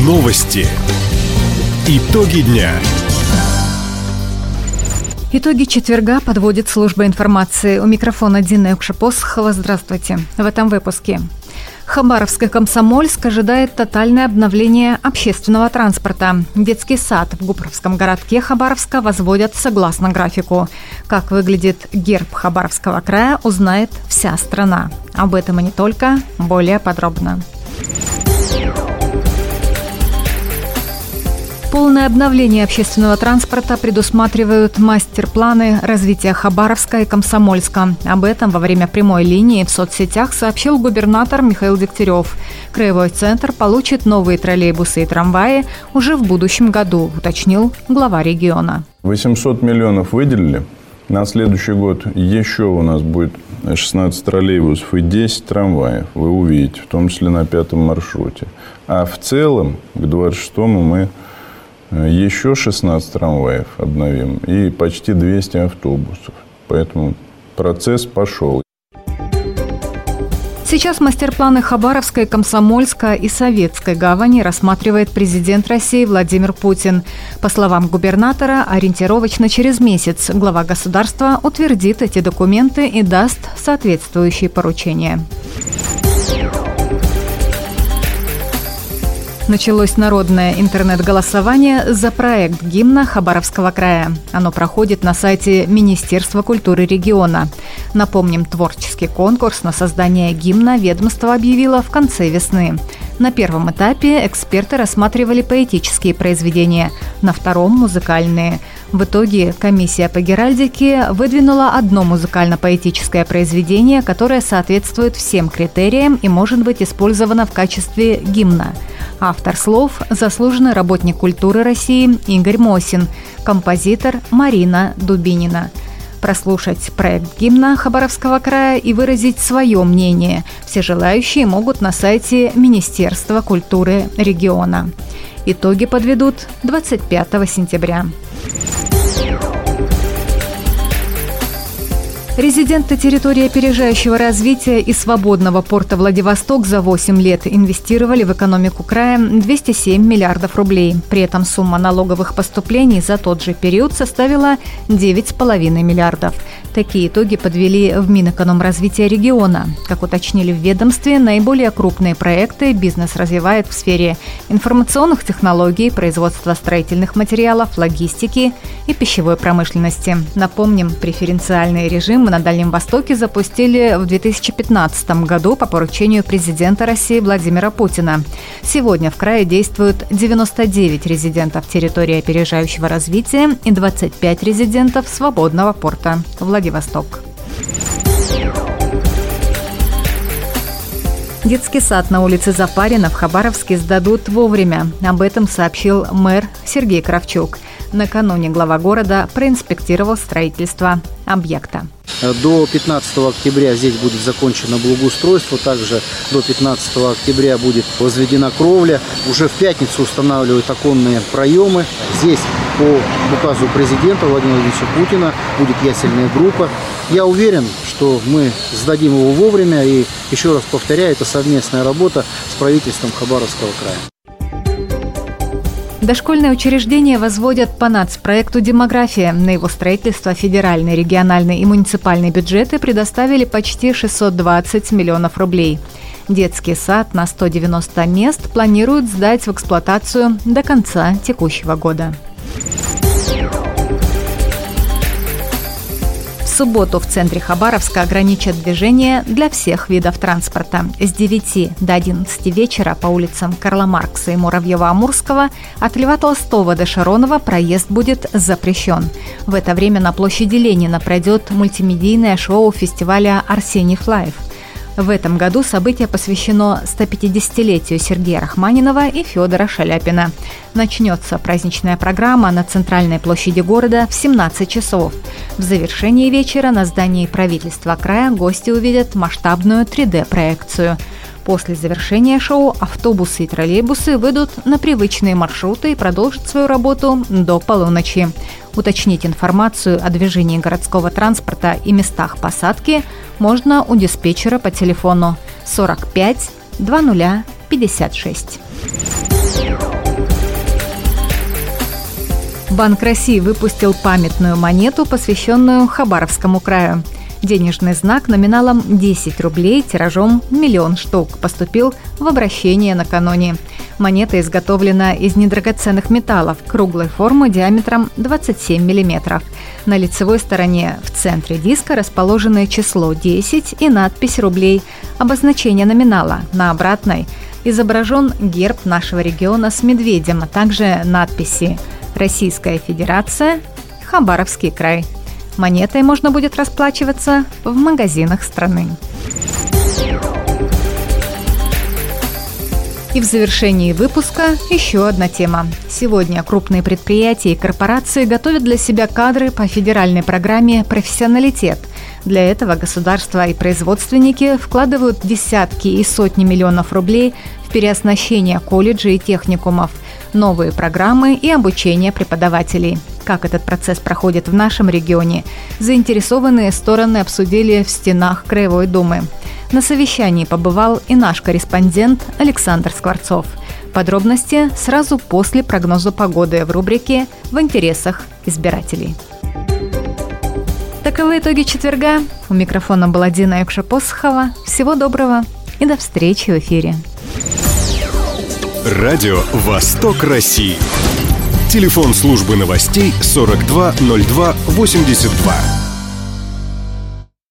Новости. Итоги дня. Итоги четверга подводит служба информации. У микрофона Дина Юкшапосхова. Здравствуйте. В этом выпуске. Хабаровский Комсомольск ожидает тотальное обновление общественного транспорта. Детский сад в Губровском городке Хабаровска возводят согласно графику. Как выглядит герб Хабаровского края, узнает вся страна. Об этом и не только, более подробно. Полное обновление общественного транспорта предусматривают мастер-планы развития Хабаровска и Комсомольска. Об этом во время прямой линии в соцсетях сообщил губернатор Михаил Дегтярев. Краевой центр получит новые троллейбусы и трамваи уже в будущем году, уточнил глава региона. 800 миллионов выделили. На следующий год еще у нас будет 16 троллейбусов и 10 трамваев. Вы увидите, в том числе на 5-м маршруте. А в целом к 26-му мы еще 16 трамваев обновим и почти 200 автобусов. Поэтому процесс пошел. Сейчас мастер-планы Хабаровской, Комсомольска и Советской гавани рассматривает президент России Владимир Путин. По словам губернатора, ориентировочно через месяц глава государства утвердит эти документы и даст соответствующие поручения. Началось народное интернет-голосование за проект гимна Хабаровского края. Оно проходит на сайте Министерства культуры региона. Напомним, творческий конкурс на создание гимна ведомство объявило в конце весны. На первом этапе эксперты рассматривали поэтические произведения, на втором – музыкальные. В итоге комиссия по геральдике выдвинула одно музыкально-поэтическое произведение, которое соответствует всем критериям и может быть использовано в качестве гимна. Автор слов – заслуженный работник культуры России Игорь Мосин, композитор Марина Дубинина. Прослушать проект гимна Хабаровского края и выразить свое мнение все желающие могут на сайте Министерства культуры региона. Итоги подведут 25 сентября. Резиденты территории опережающего развития и свободного порта Владивосток за 8 лет инвестировали в экономику края 207 миллиардов рублей. При этом сумма налоговых поступлений за тот же период составила 9,5 миллиардов. Такие итоги подвели в Минэкономразвития региона. Как уточнили в ведомстве, наиболее крупные проекты бизнес развивает в сфере информационных технологий, производства строительных материалов, логистики и пищевой промышленности. Напомним, преференциальный режим на Дальнем Востоке запустили в 2015 году по поручению президента России Владимира Путина. Сегодня в крае действуют 99 резидентов территории опережающего развития и 25 резидентов свободного порта Владивосток. Детский сад на улице Запарина в Хабаровске сдадут вовремя. Об этом сообщил мэр Сергей Кравчук. Накануне глава города проинспектировал строительство объекта. До 15 октября здесь будет закончено благоустройство. Также до 15 октября будет возведена кровля. Уже в пятницу устанавливают оконные проемы. Здесь по указу президента Владимира Владимировича Путина будет ясельная группа. Я уверен, что мы сдадим его вовремя. И еще раз повторяю, это совместная работа с правительством Хабаровского края. Дошкольные учреждения возводят по нацпроекту «Демография». На его строительство федеральный, региональный и муниципальные бюджеты предоставили почти 620 миллионов рублей. Детский сад на 190 мест планируют сдать в эксплуатацию до конца текущего года. В субботу в центре Хабаровска ограничат движение для всех видов транспорта. С 9 до 11 вечера по улицам Карла Маркса и Муравьева-Амурского от Льва Толстого до Шаронова проезд будет запрещен. В это время на площади Ленина пройдет мультимедийное шоу фестиваля «Арсений Лайв». В этом году событие посвящено 150-летию Сергея Рахманинова и Федора Шаляпина. Начнется праздничная программа на центральной площади города в 17 часов. В завершении вечера на здании правительства края гости увидят масштабную 3D-проекцию. После завершения шоу автобусы и троллейбусы выйдут на привычные маршруты и продолжат свою работу до полуночи. Уточнить информацию о движении городского транспорта и местах посадки можно у диспетчера по телефону 45 20 56. Банк России выпустил памятную монету, посвященную Хабаровскому краю. Денежный знак номиналом 10 рублей тиражом 1 миллион штук поступил в обращение накануне. Монета изготовлена из недрагоценных металлов круглой формы диаметром 27 мм. На лицевой стороне в центре диска расположены число 10 и надпись рублей, обозначение номинала. На обратной изображен герб нашего региона с медведем, а также надписи «Российская Федерация», «Хабаровский край». Монетой можно будет расплачиваться в магазинах страны. И в завершении выпуска еще одна тема. Сегодня крупные предприятия и корпорации готовят для себя кадры по федеральной программе «Профессионалитет». Для этого государство и производственники вкладывают десятки и сотни миллионов рублей в переоснащение колледжей и техникумов, новые программы и обучение преподавателей. Как этот процесс проходит в нашем регионе, заинтересованные стороны обсудили в стенах Краевой думы. На совещании побывал и наш корреспондент Александр Скворцов. Подробности сразу после прогноза погоды в рубрике «В интересах избирателей». Таковы итоги четверга. У микрофона была Дина Юкша-Посохова. Всего доброго и до встречи в эфире. Радио «Восток России». Телефон службы новостей 420282.